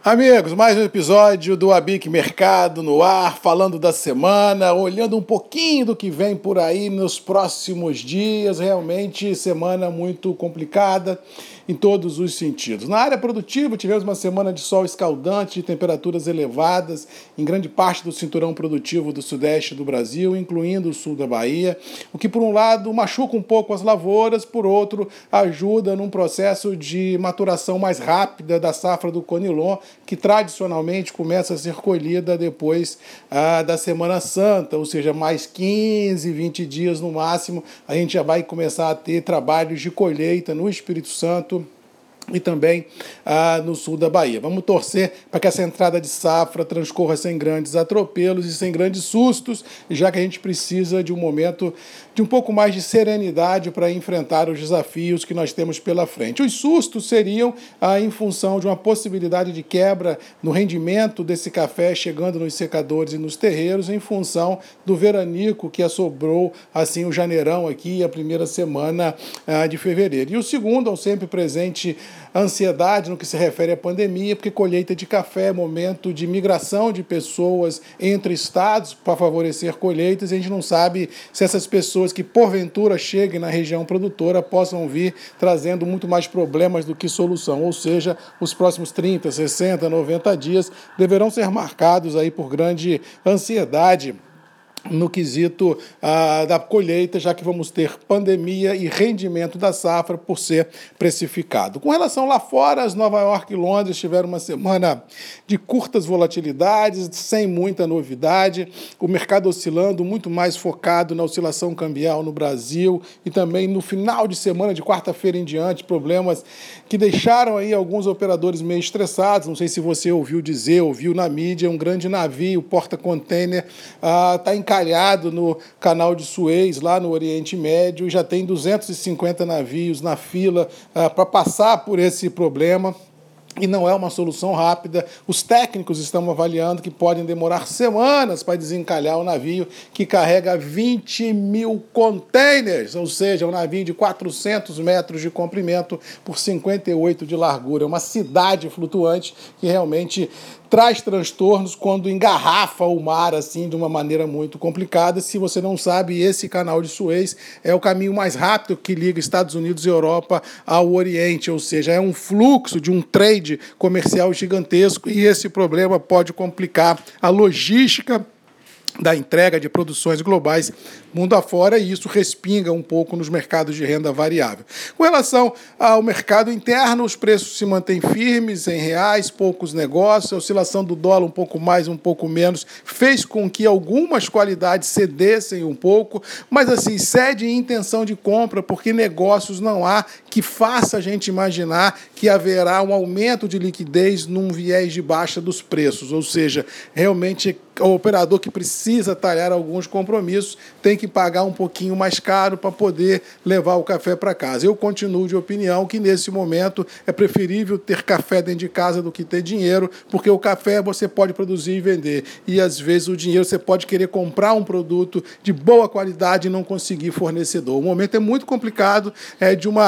Amigos, mais um episódio do ABIC Mercado no ar, falando da semana, olhando um pouquinho do que vem por aí nos próximos dias. Realmente semana muito complicada em todos os sentidos. Na área produtiva, tivemos uma semana de sol escaldante, de temperaturas elevadas em grande parte do cinturão produtivo do sudeste do Brasil, incluindo o sul da Bahia, o que por um lado machuca um pouco as lavouras, por outro ajuda num processo de maturação mais rápida da safra do Conilon, que tradicionalmente começa a ser colhida depois da Semana Santa, ou seja, mais 15, 20 dias no máximo, a gente já vai começar a ter trabalhos de colheita no Espírito Santo e também no sul da Bahia. Vamos torcer para que essa entrada de safra transcorra sem grandes atropelos e sem grandes sustos, já que a gente precisa de um momento de um pouco mais de serenidade para enfrentar os desafios que nós temos pela frente. Os sustos seriam em função de uma possibilidade de quebra no rendimento desse café chegando nos secadores e nos terreiros, em função do veranico que assobrou assim o janeirão aqui, a primeira semana de fevereiro. E o segundo, ao sempre presente ansiedade no que se refere à pandemia, porque colheita de café é momento de migração de pessoas entre estados para favorecer colheitas, e a gente não sabe se essas pessoas que porventura cheguem na região produtora possam vir trazendo muito mais problemas do que solução, ou seja, os próximos 30, 60, 90 dias deverão ser marcados aí por grande ansiedade no quesito da colheita, já que vamos ter pandemia e rendimento da safra por ser precificado. Com relação lá fora, as Nova York e Londres tiveram uma semana de curtas volatilidades, sem muita novidade, o mercado oscilando, muito mais focado na oscilação cambial no Brasil e também no final de semana, de quarta-feira em diante, problemas que deixaram aí alguns operadores meio estressados. Não sei se você ouviu na mídia, um grande navio, porta-container, está encalhado no canal de Suez, lá no Oriente Médio, e já tem 250 navios na fila para passar por esse problema. E não é uma solução rápida. Os técnicos estão avaliando que podem demorar semanas para desencalhar o navio, que carrega 20 mil containers, ou seja, um navio de 400 metros de comprimento por 58 de largura. É uma cidade flutuante que realmente traz transtornos quando engarrafa o mar assim de uma maneira muito complicada. Se você não sabe, esse canal de Suez é o caminho mais rápido que liga Estados Unidos e Europa ao Oriente, ou seja, é um fluxo de um trade comercial gigantesco, e esse problema pode complicar a logística da entrega de produções globais mundo afora, e isso respinga um pouco nos mercados de renda variável. Com relação ao mercado interno, os preços se mantêm firmes em reais, poucos negócios, a oscilação do dólar um pouco mais, um pouco menos, fez com que algumas qualidades cedessem um pouco, mas assim, cede em intenção de compra, porque negócios não há que faça a gente imaginar que haverá um aumento de liquidez num viés de baixa dos preços, ou seja, realmente o operador que precisa talhar alguns compromissos tem que pagar um pouquinho mais caro para poder levar o café para casa. Eu continuo de opinião que, nesse momento, é preferível ter café dentro de casa do que ter dinheiro, porque o café você pode produzir e vender, e às vezes o dinheiro você pode querer comprar um produto de boa qualidade e não conseguir fornecedor. O momento é muito complicado, de uma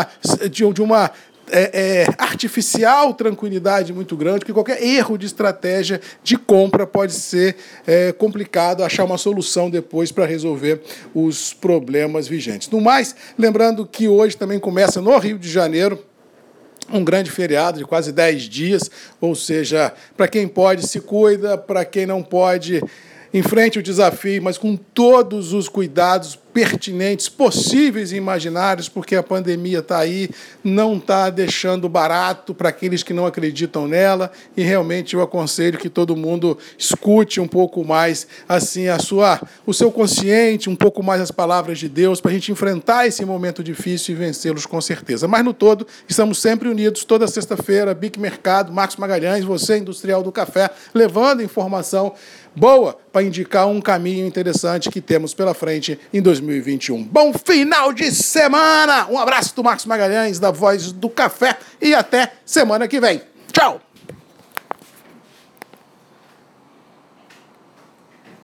artificial tranquilidade muito grande, porque qualquer erro de estratégia de compra pode ser complicado achar uma solução depois para resolver os problemas vigentes. No mais, lembrando que hoje também começa no Rio de Janeiro um grande feriado de quase 10 dias, ou seja, para quem pode se cuida, para quem não pode enfrente o desafio, mas com todos os cuidados pertinentes, possíveis e imaginários, porque a pandemia está aí, não está deixando barato para aqueles que não acreditam nela, e realmente eu aconselho que todo mundo escute um pouco mais assim o seu consciente, um pouco mais as palavras de Deus, para a gente enfrentar esse momento difícil e vencê-los com certeza. Mas no todo, estamos sempre unidos, toda sexta-feira, BIC Mercado, Marcos Magalhães, você, industrial do café, levando informação boa para indicar um caminho interessante que temos pela frente em 2021. Bom final de semana! Um abraço do Marcos Magalhães, da Voz do Café, e até semana que vem. Tchau!